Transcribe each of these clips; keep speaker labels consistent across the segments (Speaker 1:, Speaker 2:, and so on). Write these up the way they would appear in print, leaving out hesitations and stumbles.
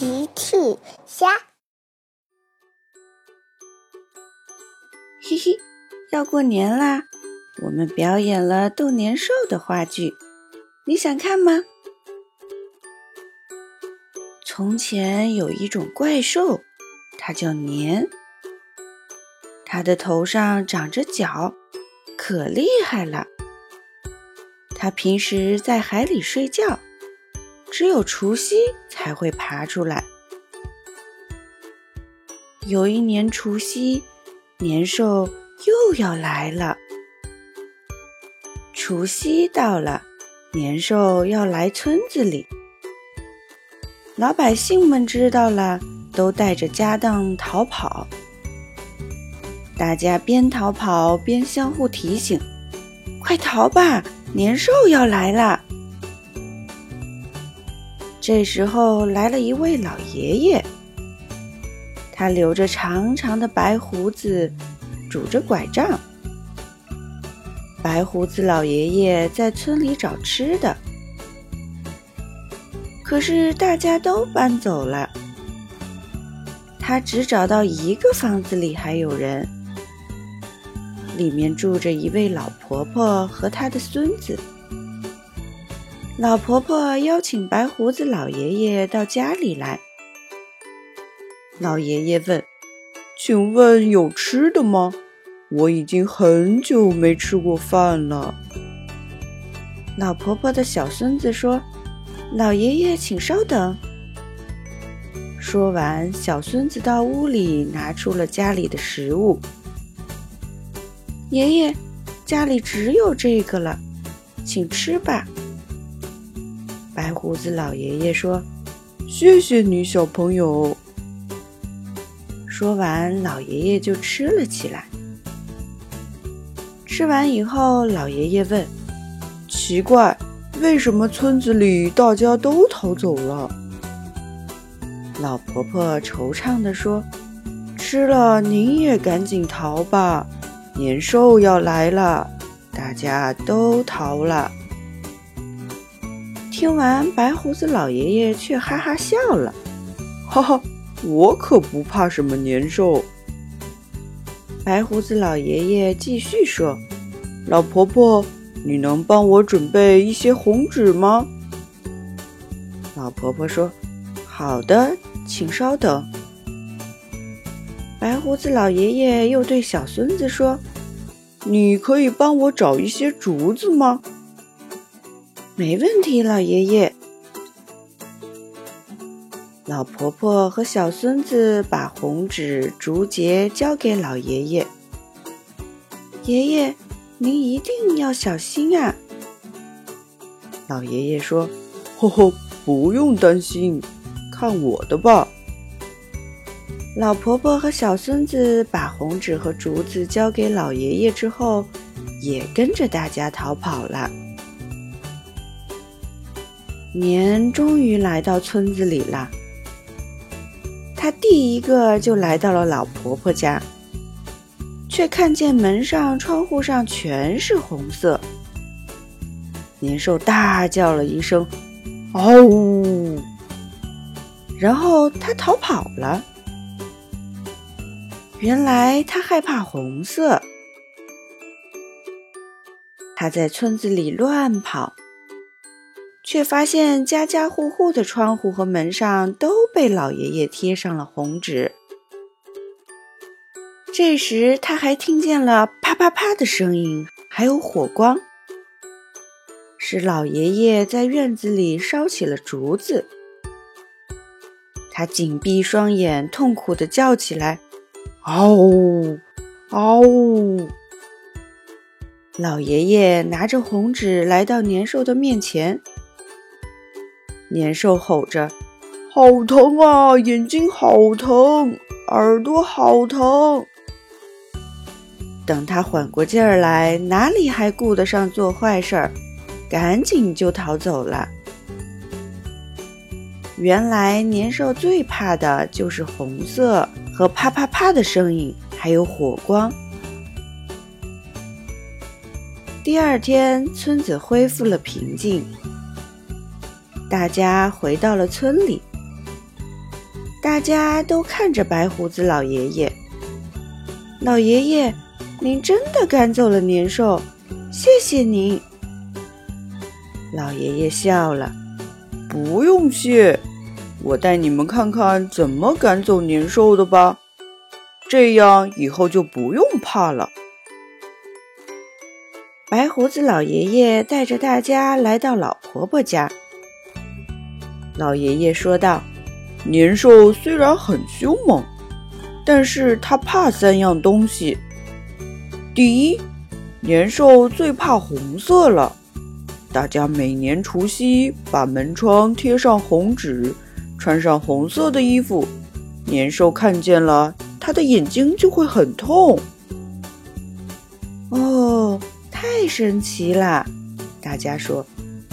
Speaker 1: 奇趣虾。
Speaker 2: 嘿嘿，要过年啦，我们表演了斗年兽的话剧，你想看吗？从前有一种怪兽，它叫年，它的头上长着角，可厉害了。它平时在海里睡觉，只有除夕才会爬出来。有一年除夕，年兽又要来了。除夕到了，年兽要来村子里。老百姓们知道了，都带着家当逃跑。大家边逃跑边相互提醒：快逃吧，年兽要来了。这时候来了一位老爷爷，他留着长长的白胡子，拄着拐杖。白胡子老爷爷在村里找吃的，可是大家都搬走了，他只找到一个房子里还有人，里面住着一位老婆婆和她的孙子。老婆婆邀请白胡子老爷爷到家里来。老爷爷问：请问有吃的吗？我已经很久没吃过饭了。老婆婆的小孙子说：老爷爷请稍等。说完，小孙子到屋里拿出了家里的食物。爷爷，家里只有这个了，请吃吧。白胡子老爷爷说：谢谢你，小朋友。说完，老爷爷就吃了起来。吃完以后，老爷爷问：奇怪，为什么村子里大家都逃走了？老婆婆惆怅地说：吃了您也赶紧逃吧，年兽要来了，大家都逃了。听完，白胡子老爷爷却哈哈笑了：哈哈，我可不怕什么年兽。白胡子老爷爷继续说：老婆婆，你能帮我准备一些红纸吗？老婆婆说：好的，请稍等。白胡子老爷爷又对小孙子说：你可以帮我找一些竹子吗？没问题，老爷爷。老婆婆和小孙子把红纸、竹节交给老爷爷。爷爷，您一定要小心啊。老爷爷说：呵呵，不用担心，看我的吧。老婆婆和小孙子把红纸和竹子交给老爷爷之后，也跟着大家逃跑了。年终于来到村子里了，他第一个就来到了老婆婆家，却看见门上、窗户上全是红色。年兽大叫了一声：嗷呜！然后他逃跑了。原来他害怕红色，他在村子里乱跑，却发现家家户户的窗户和门上都被老爷爷贴上了红纸。这时他还听见了啪啪啪的声音，还有火光，是老爷爷在院子里烧起了竹子。他紧闭双眼，痛苦地叫起来：嗷呜，嗷呜！老爷爷拿着红纸来到年兽的面前。年兽吼着：好疼啊，眼睛好疼，耳朵好疼。等他缓过劲儿来，哪里还顾得上做坏事儿，赶紧就逃走了。原来年兽最怕的就是红色和啪啪啪的声音，还有火光。第二天，村子恢复了平静，大家回到了村里。 大家都看着白胡子老爷爷。老爷爷，您真的赶走了年兽，谢谢您。老爷爷笑了，
Speaker 1: 不用谢，我带你们看看怎么赶走年兽的吧，这样以后就不用怕了。
Speaker 2: 白胡子老爷爷带着大家来到老婆婆家。老爷爷说道，
Speaker 1: 年兽虽然很凶猛，但是他怕3样东西。第一，年兽最怕红色了，大家每年除夕把门窗贴上红纸，穿上红色的衣服，年兽看见了，他的眼睛就会很痛。
Speaker 2: 哦，太神奇了，大家说。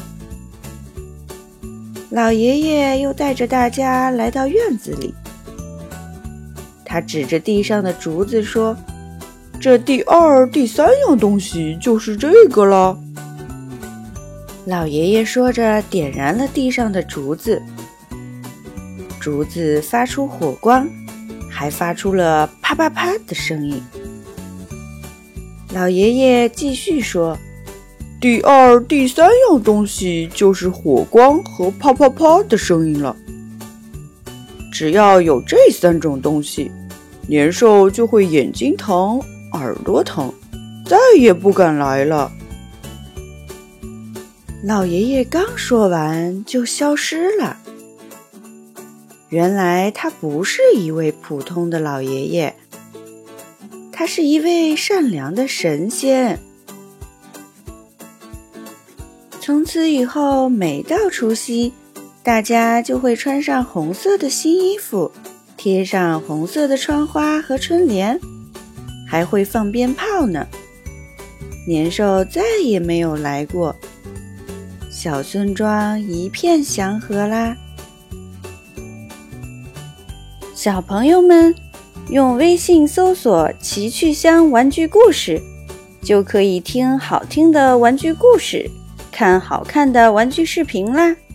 Speaker 2: 老爷爷又带着大家来到院子里，他指着地上的竹子说，
Speaker 1: 这第2、第3样东西就是这个了。
Speaker 2: 老爷爷说着点燃了地上的竹子，竹子发出火光，还发出了啪啪啪的声音。老爷爷继续说，
Speaker 1: 第2、第3样东西就是火光和啪啪啪的声音了。只要有这3种东西，年兽就会眼睛疼、耳朵疼，再也不敢来了。
Speaker 2: 老爷爷刚说完就消失了。原来他不是一位普通的老爷爷，他是一位善良的神仙。从此以后，每到除夕，大家就会穿上红色的新衣服，贴上红色的窗花和春联，还会放鞭炮呢。年兽再也没有来过，小村庄一片祥和啦。小朋友们，用微信搜索奇趣箱玩具故事，就可以听好听的玩具故事，看好看的玩具视频啦。